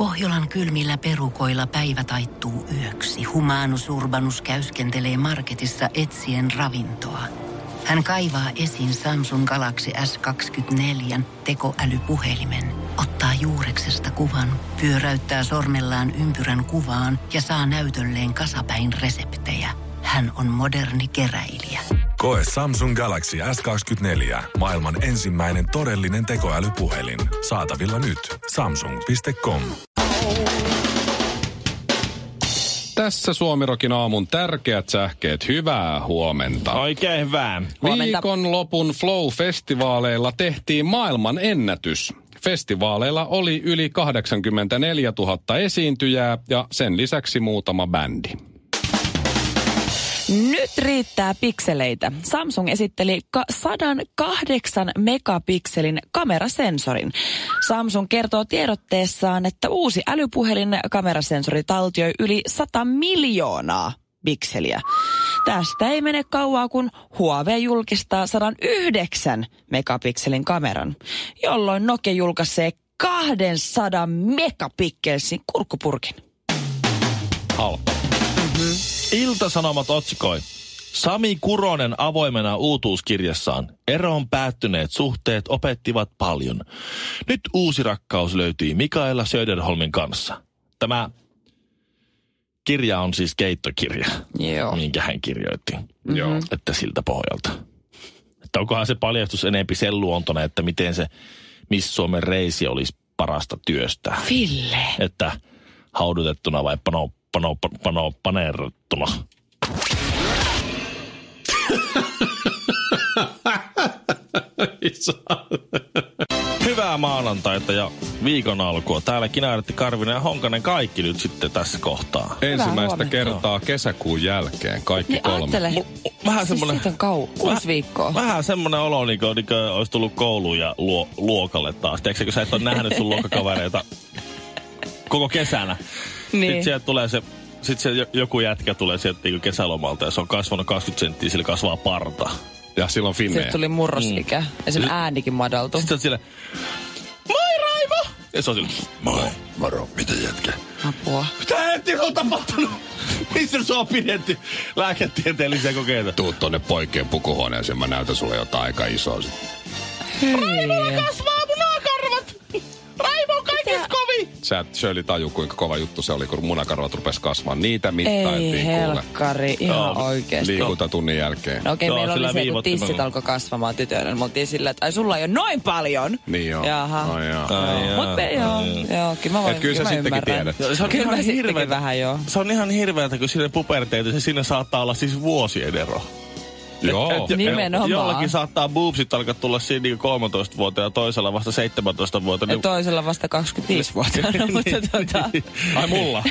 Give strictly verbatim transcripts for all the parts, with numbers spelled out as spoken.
Pohjolan kylmillä perukoilla päivä taittuu yöksi. Humanus Urbanus käyskentelee marketissa etsien ravintoa. Hän kaivaa esiin Samsung Galaxy S kaksikymmentäneljä tekoälypuhelimen, ottaa juureksesta kuvan, pyöräyttää sormellaan ympyrän kuvaan ja saa näytölleen kasapäin reseptejä. Hän on moderni keräilijä. Koe Samsung Galaxy S kaksikymmentäneljä, maailman ensimmäinen todellinen tekoälypuhelin. Saatavilla nyt. samsung piste com. Tässä Suomirokin aamun tärkeät sähkeet. Hyvää huomenta. Oikein hyvää. Viikonlopun Flow-festivaaleilla tehtiin maailman ennätys. Festivaaleilla oli yli kahdeksankymmentäneljätuhatta esiintyjää ja sen lisäksi muutama bändi. Nyt riittää pikseleitä. Samsung esitteli sata kahdeksan megapikselin kamerasensorin. Samsung kertoo tiedotteessaan, että uusi älypuhelin kamerasensori taltioi yli sata miljoonaa pikseliä. Tästä ei mene kauaa, kun Huawei julkistaa sata yhdeksän megapikselin kameran, jolloin Nokia julkaisee kaksisataa megapikselin kurkkupurkin. Halpa. Mm-hmm. Ilta-Sanomat otsikoi. Sami Kuronen avoimena uutuuskirjassaan. Eroon päättyneet suhteet opettivat paljon. Nyt uusi rakkaus löytyi Mikaela Söderholmin kanssa. Tämä kirja on siis keittokirja, Joo. minkä hän kirjoitti. Mm-hmm. Joo. Että siltä pohjalta. Että onkohan se paljastus enempi sen luontoinen, että miten se Miss Suomen reisi olisi parasta työstä. Ville. Että haudutettuna vai pano, pano, pano, paneerattuna. Hyvää maanantaita ja viikon alkua. Täällä Kinaretti, Karvinen ja Honkanen kaikki nyt sitten tässä kohtaa. Ensimmäistä kertaa kesäkuun jälkeen kaikki niin kolme. Ajattele. M- vähän semmoinen... Siis siitä on kau- kuusi viikkoa. Vähän semmoinen olo, niin kuin, niin kuin olisi tullut kouluun ja luo, luokalle taas. Tiedätkö, kun sä et ole nähnyt sun luokkakavereita koko kesänä. Niin. Sitten sieltä tulee se... Sitten se joku jätkä tulee sieltä niin kesälomalta ja se on kasvanut kaksikymmentä senttiä, sillä kasvaa parta. Ja silloin Finneä. Sitten tuli murrosikä. Mm. Ja sen äänikin madaltui. Sitten se on silleen, moi Raimo! Ja se on silleen, moi, moro, mitä jätkä? Apua. Mitä hetki on tapahtunut? Missä sua on pidetty lääketieteellisiä kokeita? Tuu tonne poikien pukuhuoneeseen, mä näytän sulle jotain aika isoa. Raimolla kasvaa munakarvat! Raimo on kaikista kovin! Sä et Shirley taju, kuinka kova juttu se oli, kun munakarvat rupesi kasvamaan. Niitä mittailtiin Ei kuule. helkkari, ihan no, oikeesti. Liikuntatunnin jälkeen. No okei, okay, meillä oli se, kun tissit viivottimella. alkoi kasvamaan tytöille. Me oltiin sillä, että ai sulla ei ole noin paljon. Niin joo. Jaha. No joo. Mutta joo, joo, kyllä mä voin, Et kyllä sä mä sittenkin ymmärrän. tiedät. Se on Kyllä ihan mä sittenkin hirveetä. vähän joo. Se on ihan hirveätä, kun sinne puberteetti, se sinne saattaa olla siis vuosien ero. Joo. Et, et, Nimenomaan. Jollakin saattaa boobsit alkaa tulla siinä niin kolmetoista vuotta ja toisella vasta seitsemäntoista vuotta. Ja toisella vasta kaksikymmentäviisi vuotta. Mutta tota... Ai mulla.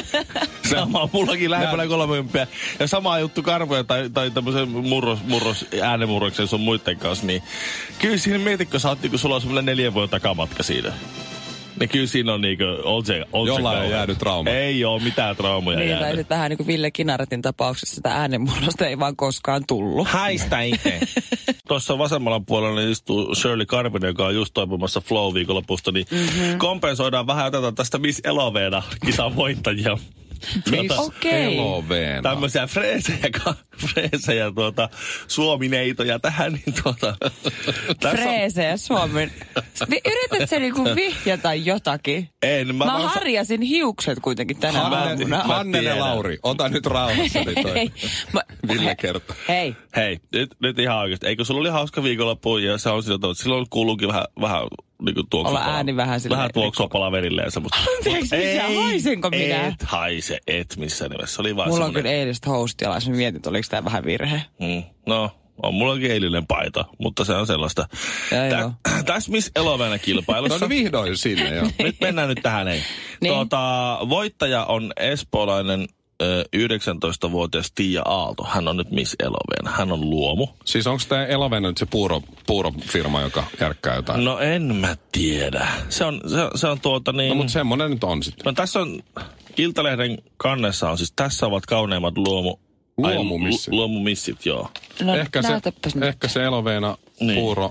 Sama, mullakin lähempänä kolmekymmentä. Ja sama juttu karvoja tai, tai tämmöisen murros, murros, äänemurroksen sun muiden kanssa. Niin kyllä siinä mietitkö, sä oot niinku, sulla on semmoinen neljän vuoden takamatka siinä. Niin kyllä siinä on niinku, on se, on Jollain se on jäänyt trauma. Ei oo mitään traumoja Niin, jäänyt. tai sitten vähän niin kuin Ville Kinaretin tapauksessa sitä äänenmurrosta ei vaan koskaan tullut. Häistä itse. Tuossa vasemmalla puolella istuu Shirley Karvinen, joka on just toipumassa Flow-viikonlopusta, niin mm-hmm. kompensoidaan vähän otetaan tästä Miss Eloveena kisan voittajia. Miss Okei. Eloveena. Tämmöisiä freesejä, freesejä tuota, suomineitoja tähän, niin tuota... Freesejä Suomen. Yrität sä niinku vihjata jotakin? En. Mä, Mä vaan- harjasin hiukset kuitenkin tänä Mä- aamuna. mä- Hanne ja tiedän. Lauri, ota nyt rauhassa. Niin toi. Hei, mä- Ville he- kertoo. Hei, Hei, nyt, nyt ihan oikeasti. Eikö sulla oli hauska viikonloppu ja se on sillä tavalla, että silloin kuuluukin vähän, vähän niin kuin tuoksua. Olla ääni vähän silleen- Vähän tuoksua palaverille ja semmoista. Anteeksi, mitä? Haisenko minä? Et haise, et missään nimessä. Se oli vaan mulla on semmoinen... kyllä eilistä hostialais. Mä mietin, että oliko tää vähän virhe. Mm, no, on mullakin eilinen paita, mutta se on sellaista. Ja joo. Tässä Miss Eloveena kilpailussa. No vihdoin sinne, joo. Nyt mennään nyt tähän, ei. Niin. Tuota, voittaja on espoolainen ö, yhdeksäntoistavuotias Tiia Aalto. Hän on nyt Miss Eloveena. Hän on luomu. Siis onko tämä Eloveena nyt se puuro, puurofirma, joka järkkää jotain? No en mä tiedä. Se on, se, se on tuota niin... No mutta semmonen nyt on sitten. No tässä on, Iltalehden kannessa on siis, tässä ovat kauneimmat luomu... ai, Luomumissit. lu- Luomumissit, joo. No, ehkä, se, näytäpäs nyt. ehkä se Eloveena Niin. puuro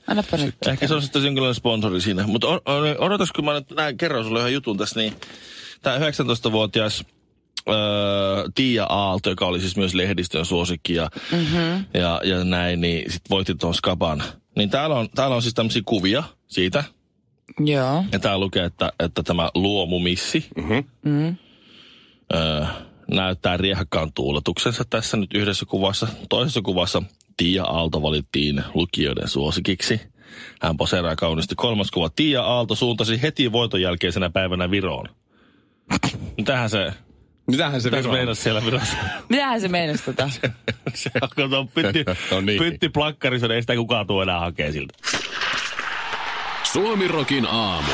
Annapa nyt. Ehkä se on sitten jonkinlainen sponsori siinä. Mutta odotas, kun mä nyt näin, kerron sulle ihan jutun tässä, niin tämä yhdeksäntoistavuotias öö, Tiia Aalto, joka oli siis myös lehdistön suosikki ja, mm-hmm. ja, ja näin, niin sitten voitti tuon Skaban. Niin täällä on, täällä on siis tämmöisiä kuvia siitä. Joo. Ja täällä lukee, että, että tämä luomumissi mm-hmm. mm. öö, näyttää riehakkaan tuuletuksensa tässä nyt yhdessä kuvassa. Toisessa kuvassa Tiia Aalto valittiin lukijoiden suosikiksi. Hän poseeraa kauniisti. Kolmas kuva. Tiia Aalto suuntasi heti voiton jälkeisenä päivänä Viroon. Mitähän se... Mitähän se Viroon? Meinas siellä Virossa? Mitähän se meinas tota? se, se on, on pytti, no niin. pytti plakkarissa, ei sitä kukaan tuo enää hakea siltä. Suomirokin aamu.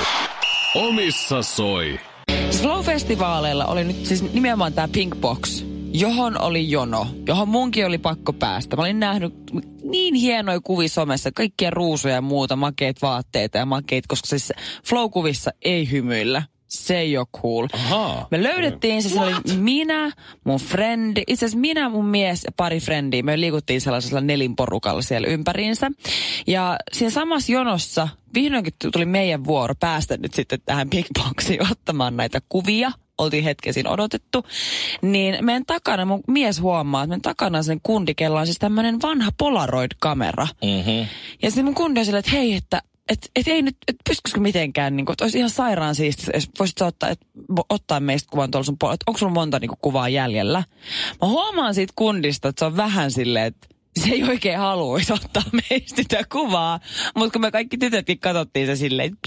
Omissa soi. Flow-festivaaleilla oli nyt siis nimenomaan tää Pink Box, johon oli jono, johon munkin oli pakko päästä. Mä olin nähnyt niin hienoja kuvia somessa, kaikkia ruusuja ja muuta, makeita vaatteita ja makeita, koska siis Flow-kuvissa ei hymyillä. Se ei ole cool. Ahaa. Me löydettiin, se oli minä, mun frendi, itse asiassa minä, mun mies ja pari frendiä. Me liikuttiin sellaisella nelinporukalla siellä ympäriinsä. Ja siinä samassa jonossa vihdoinkin tuli meidän vuoro päästä nyt sitten tähän Big Boxiin ottamaan näitä kuvia. Oltiin hetken siinä odotettu. Niin meidän takana, mun mies huomaa, että meidän takana on sen kundi, kello on siis tämmöinen vanha Polaroid-kamera. Mm-hmm. Ja sitten mun kundi on silleen, että hei, että Että et ei nyt, et pystyisikö mitenkään, niin kuin, että olisi ihan sairaan siistiä, jos voisit ottaa, et, ottaa meistä kuvan tuolla sun puolella, että onko sulla monta niin kuin, kuvaa jäljellä. Mä huomaan siitä kundista, että se on vähän silleen, että se ei oikein haluaisi ottaa meistä sitä kuvaa, mutta kun me kaikki tytötkin katsottiin se silleen, että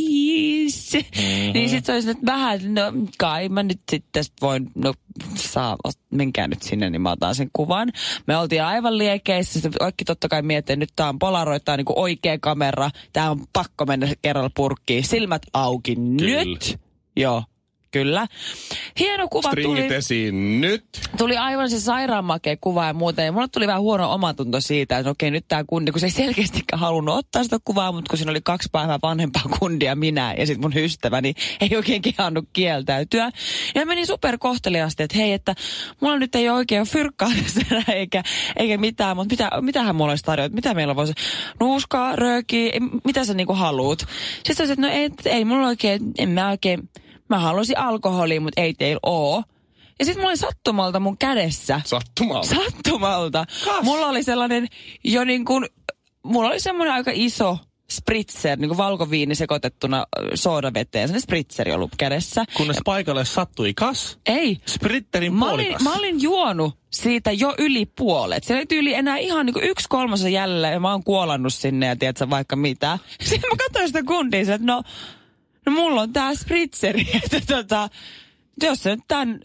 please, mm-hmm. niin sit se olisi nyt vähän, no kai mä nyt sitten tästä voin, no saa, menkää nyt sinne, niin mä otan sen kuvan. Me oltiin aivan liekeissä, sitten kaikki totta kai miettii, nyt tää on Polaroid, tää on niinku oikea kamera, tää on pakko mennä kerralla purkkiin, silmät auki Kyllä. nyt, joo. Kyllä. Hieno kuva Stringit tuli. esiin nyt. Tuli aivan se sairaanmakea kuva ja muuta. Ja mulle tuli vähän huono omatunto siitä, että okei, nyt tää kundi, kun se ei selkeästikään halunnut ottaa sitä kuvaa, mutta kun siinä oli kaksi päivää vanhempaa kundia, minä ja sitten mun ystäväni, ei oikein kehannut kieltäytyä. Ja meni superkohteliaasti, että hei, että mulla nyt ei oikein ole fyrkkaa tässä eikä, eikä mitään, mutta mitä, mitähän mulla olisi tarjota, mitä meillä voisi, nuuskaa, röökiä, mitä sä niinku haluut. Sitten sä sanoit, no ei, ei mulla oikein, en mä oikein... Mä halusin alkoholia, mutta ei teillä oo. Ja sit mulla oli sattumalta mun kädessä. Sattumalta? Sattumalta. Kas. Mulla oli sellainen jo niin kuin, mulla oli semmoinen aika iso spritzer, niin kuin valkoviini sekoitettuna soodaveteen. Sellainen spritzeri ollut kädessä. Kunnes paikalle sattui kas? Ei. Spritterin mä puolikas. olin, mä olin juonut siitä jo yli puolet. Se oli tyyli enää ihan niin kuin yksi kolmasosa jäljellä ja mä oon kuolannut sinne ja tiedätkö vaikka mitä. Sitten mä katsoin sitä kundia, että no... No mulla on tää spritzeri, että tota, jos se nyt tän,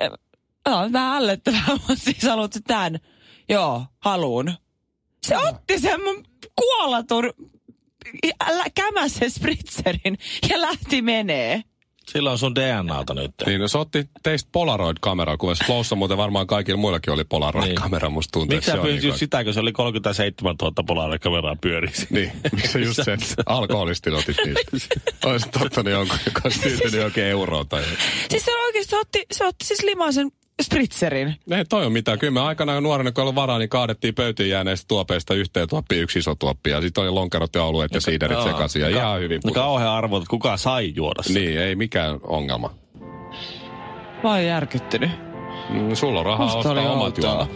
on vähän ällöttävää, mutta siis haluat se tän, joo, haluun. Se no. otti sen mun kuolatun, kämäsen spritzerin ja lähti menee. Sillä on sun D N A:ta nyt. Niin, no se otti teistä Polaroid-kameraa, kun Flowssa muuten varmaan kaikilla muillakin oli Polaroid-kamera, musta tuntuu. Miksi sä pyysit just sitä, kun se oli kolmekymmentäseitsemäntuhatta Polaroid-kameraa pyörisi? Niin, miksi just se, alkoholistin otit niistä? Olisit ottanut jonkun, joka olisi tyytynyt jokin euroon tai... Siis se oikeasti otti, se otti siis limaisen spritzerin. Ei toi on mitään. Kyllä me aikanaan nuorena, kun oli varaa, niin kaadettiin pöytiin jääneistä tuopeista yhteen tuoppiin yksi iso tuoppi. Ja sitten oli lonkerot ja oluet ja siiderit sekaisin. Ja ihan hyvin. No kauhean arvot, että kuka sai juoda sen. Niin, ei mikään ongelma. Mä oon järkyttynyt. Mm, sulla on rahaa Musta ostaa omat juomat.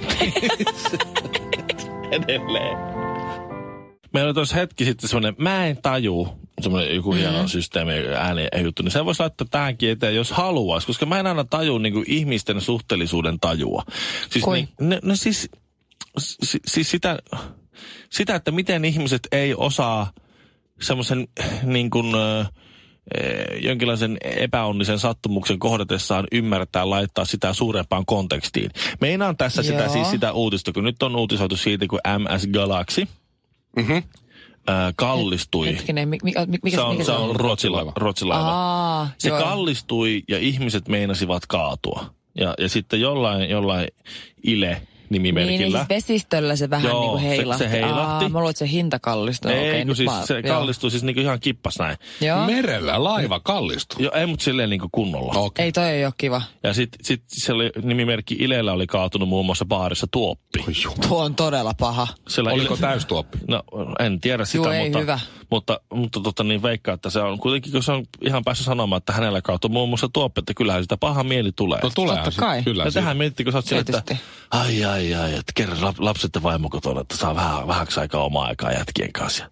Edelleen. Meillä oli tuossa hetki sitten semmoinen, mä en taju, semmoinen joku hieno mm-hmm. systeemi, ääni ja juttu, niin sen voisi laittaa tähänkin eteen, jos haluaisi, koska mä en aina taju niin kuin ihmisten suhteellisuuden tajua. Siis, niin, ne, no siis, si, siis sitä, sitä, että miten ihmiset ei osaa semmoisen niin kuin... jonkinlaisen epäonnisen sattumuksen kohdatessaan ymmärtää laittaa sitä suurempaan kontekstiin. Meinaan tässä sitä, siis sitä uutista, kun nyt on uutisoitu siitä, kun M S Galaxy mm-hmm. äh, kallistui. Hetkinen, mikä, mikä, mikä se on? Mikä se on Ruotsilaiva. Ruotsilaiva. Aa, se joo. kallistui ja ihmiset meinasivat kaatua. Ja, ja sitten jollain, jollain ile nimimerkillä. Niin, niin siis vesistöllä se vähän Joo, niin kuin heilahti. Se, se heilahti. Aa, mä luulen, että se hinta kallistui. Ei, okay, kun siis mä, se joo. kallistui siis niin kuin ihan kippas näin. Joo. Merellä laiva kallistuu. Joo, ei, mutta silleen niin kuin kunnolla. Okay. Ei toi ei ole kiva. Ja sit, sit se oli, nimimerkki Ilellä oli kaatunut muun muassa baarissa tuoppi. Tuo on todella paha. Siellä Oliko Ile- täystuoppi? No, en tiedä sitä, Juu, ei mutta, hyvä. mutta, mutta tota, niin veikkaa, että se on kuitenkin, kun se on ihan päässyt sanomaan, että hänellä kaatui muun muassa tuoppi, että kyllähän sitä paha mieli tulee. No tuleehan Totta se. kai. Kyllä. Ja se- tähän miettii, kun sä oot siellä, että Tietysti. ai, ai, ai, että kerran lap- lapset ja vaimo kotona, että saa vähän, vähäksi aikaa omaa aikaa jätkien kanssa.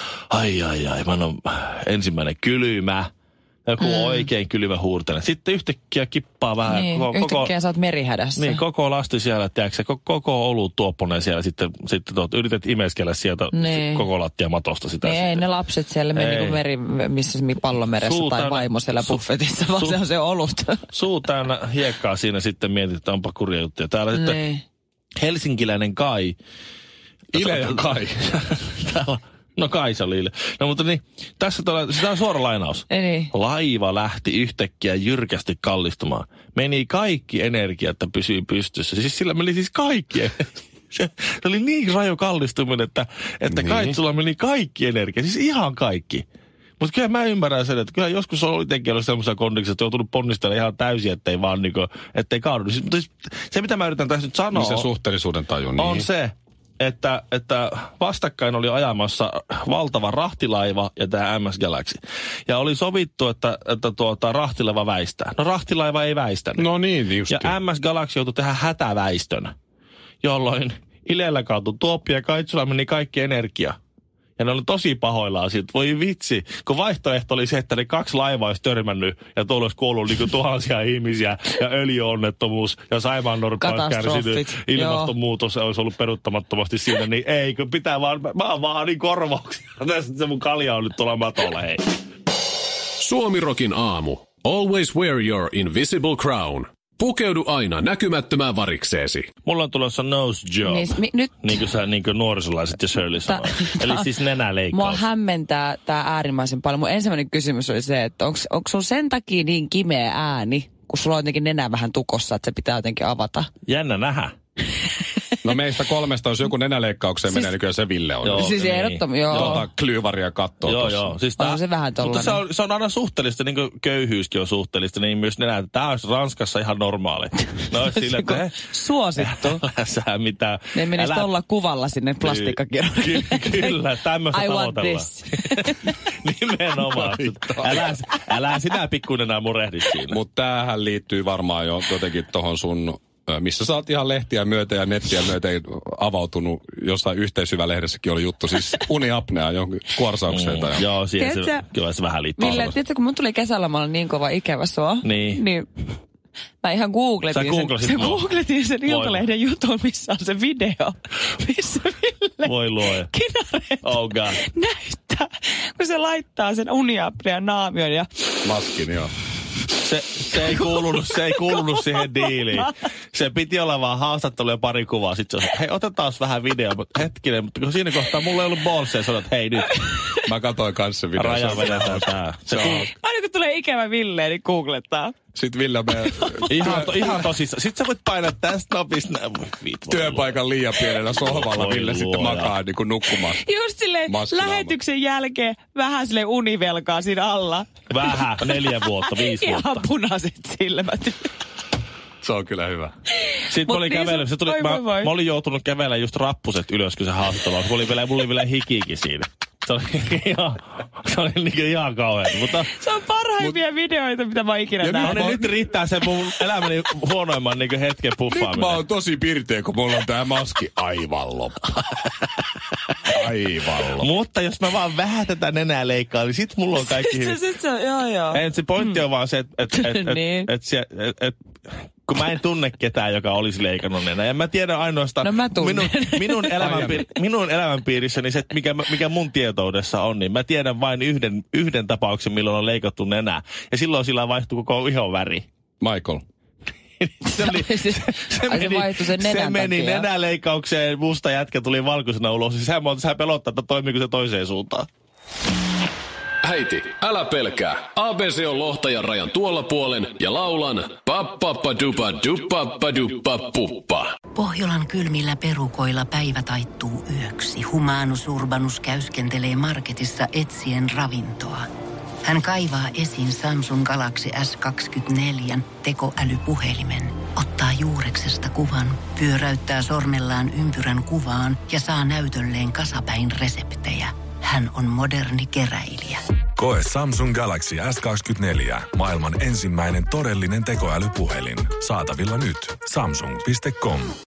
Ai, ai, ai, mä oon ensimmäinen kylmä, joku mm. oikein kylmä huurtele. Sitten yhtäkkiä kippaa vähän. Niin, koko, yhtäkkiä koko, sä oot merihädässä. niin, koko lasti siellä, tiedätkö, koko, koko olut tuopponeen siellä, sitten, sitten tuot, yrität imeskellä sieltä Niin. koko lattia matosta sitä. Niin ei sitten. ne lapset siellä meni Ei. niin kuin meri, missä se pallomeressä Suu tai täynnä- vaimo siellä su- buffetissa, vaan su- se on se olut. Suu täynnä hiekkaa siinä sitten mietit, että onpa kurja juttuja. Täällä sitten Niin. helsinkiläinen Kai. Ile ja Kai. Täällä, no Kai se oli Ile. No mutta niin, tässä tulee, sitä on suora lainaus. Eli Laiva lähti yhtäkkiä jyrkästi kallistumaan. Meni kaikki energia, että pysyi pystyssä. Siis sillä meni siis kaikki. Se, se oli niin raju kallistuminen, että, että Niin. Kai, sulla meni kaikki energia. Siis ihan kaikki. Mutta kyllä mä ymmärrän sen, että kyllä joskus on itsekin ollut semmoisessa kondiksessa, että on joutunut ponnistella ihan täysin, ettei vaan niinku, ettei kaadu. Siis, mutta se, mitä mä yritän tässä nyt sanoa, Niin se suhteellisuuden taju. Niin. on se, että, että vastakkain oli ajamassa valtava rahtilaiva ja tämä M S Galaxy. Ja oli sovittu, että, että tuota, rahtilaiva väistää. No rahtilaiva ei väistänyt. No niin, just. Ja M S Galaxy joutui tehdä hätäväistön, jolloin Ilellä kaatui tuoppi ja Kaitsulla meni kaikki energia. Ja ne oli tosi pahoillaan siitä. Voi vitsi, kun vaihtoehto oli se, että ne kaksi laivaa olisi törmännyt ja tuolla olisi kuollut niin kuin tuhansia ihmisiä ja öljyonnettomuus ja saimaannorppa olisi kärsinyt. Katastrofit, Ilmastonmuutos olisi ollut peruuttamattomasti siinä, niin ei, kun pitää vaan, mä oon vaan niin korvauksia. Tässä se mun kalja on nyt tuolla matolla, hei. Suomirokin aamu. Always wear your invisible crown. Pukeudu aina näkymättömään varikseesi. Mulla on tulossa nose job, Niin, mi- nyt- niin kuin, sä, niin kuin nuorisolaiset ja Shirley sanoo. Eli siis nenäleikkaus. mua hämmentää tää äärimmäisen paljon. Mun ensimmäinen kysymys oli se, että onko sun sen takia niin kimeä ääni, kun sulla on jotenkin nenä vähän tukossa, että se pitää jotenkin avata. Jännä nähdä. No meistä kolmesta, jos joku nenäleikkaukseen Siis- menee, niin kyllä se Ville on. Joo. Siis niin. ehdottomasti, joo. Tuota klyyvaria kattoo Joo, tossa. joo. Siis On tää, se vähän mutta tollanen. se on, se on aina suhteellista, niin kuin köyhyyskin on suhteellista, niin myös nenä. Tämä olisi Ranskassa ihan normaali. No sillä, että he, Suosittu. älä sä mitään. Ne menisi Älä- tuolla kuvalla sinne plastiikkakirurgiin. Ky- Kyllä, tämmöistä I want tavoitellaan. this. Nimenomaan. Älä, älä sinä pikkunenä murehdi siinä. Mutta tämähän liittyy varmaan jo jotenkin tohon sun, ö, missä sä oot ihan lehtiä myöten ja nettiä myöten avautunut. Jossain yhteishyvälehdessäkin oli juttu, siis uniapnea jonkin kuorsaukseen. Tai Mm, joo, siihen se, Tiedätkö- kyllä se vähän liittyy. Ville, tiedätkö, kun mun tuli kesälomalla niin kova ikävä sua, Niin. niin mä ihan googletin Sä googlasit sen, mua. googletin sen Voi. Iltalehden jutun, missä on se video, missä Ville Voi luoja. Kinaret Oh god. näyttää, kun se laittaa sen uniapnean naamion ja maskin, joo. Se, se, ei kuulunut, se ei kuulunut siihen diiliin. Se piti olla vaan haastattelu ja pari kuvaa. Sitten se on, hei otetaan vähän video, mutta hetkinen, mutta kun siinä kohtaa mulla ei ollut bolseja, sanoit, että hei nyt, Mä katsoin kanssa se video. raja vedetään tää. Se, Se on. aina kun tulee ikävä Ville, niin googlettaa. Sitten Ville me ihan, to, ihan tosissaan. Sitten sä voit painaa tästä napista. Voi vittu. työpaikan liian pienellä sohvalla Voi Ville sitten luoja. makaa niin kuin nukkumaan. Just silleen Maskinaama. lähetyksen jälkeen vähän silleen univelkaa siinä alla. Vähän, neljä vuotta, viisi Ihan vuotta. punaiset silmät. Se on kyllä hyvä. Sitten mä Mut olin niin kävellyt, se tuli, voi, mä, voi, voi. mä olin joutunut kävelemään just rappuset ylös, kun se haastattelu. Mulla oli vielä, mulla oli vielä hikikin siinä. Se oli ihan, se oli niinku ihan kauhean. Mutta Se on parhaimpia Mut, videoita, mitä mä oon ikinä Ja no nähnyt. niin, nyt riittää se mun elämäni huonoimman niinku hetken Nyt puffaaminen. mä oon tosi pirteä, kun mulla on tää maski aivan loppu. Aivan loppu. Mutta jos mä vaan vähän tätä nenää leikkaan, niin sit mulla on kaikki Se, hyvin. se, se, joo, joo. Ei, se pointti on vaan se, että et, et, et, Niin. et, se- et, et, kun mä en tunne ketään, joka olisi leikannut nenää. Ja mä tiedän ainoastaan No mä tunnen. minun, minun, elämänpiir, minun elämänpiirissäni se, että mikä, mikä mun tietoudessa on, niin mä tiedän vain yhden, yhden tapauksen, milloin on leikattu nenää. Ja silloin sillä vaihtui koko ihon väri. Michael. Se, oli, Se- ai se vaihtui sen nenän se meni takia. nenäleikkaukseen, musta jätkä tuli valkoisena ulos. Siis sehän, sehän pelottaa, että toimiiko se toiseen suuntaan. Äiti, älä pelkää. A B C on lohtajan rajan tuolla puolen ja laulan pappappadupa dupappaduppa puppa. Pohjolan kylmillä perukoilla päivä taittuu yöksi. Humanus Urbanus käyskentelee marketissa etsien ravintoa. Hän kaivaa esiin Samsung Galaxy S kaksikymmentäneljä tekoälypuhelimen, ottaa juureksesta kuvan, pyöräyttää sormellaan ympyrän kuvaan ja saa näytölleen kasapäin reseptejä. Hän on moderni keräilijä. Koe Samsung Galaxy S kaksikymmentäneljä. Maailman ensimmäinen todellinen tekoälypuhelin. Saatavilla nyt. Samsung piste com.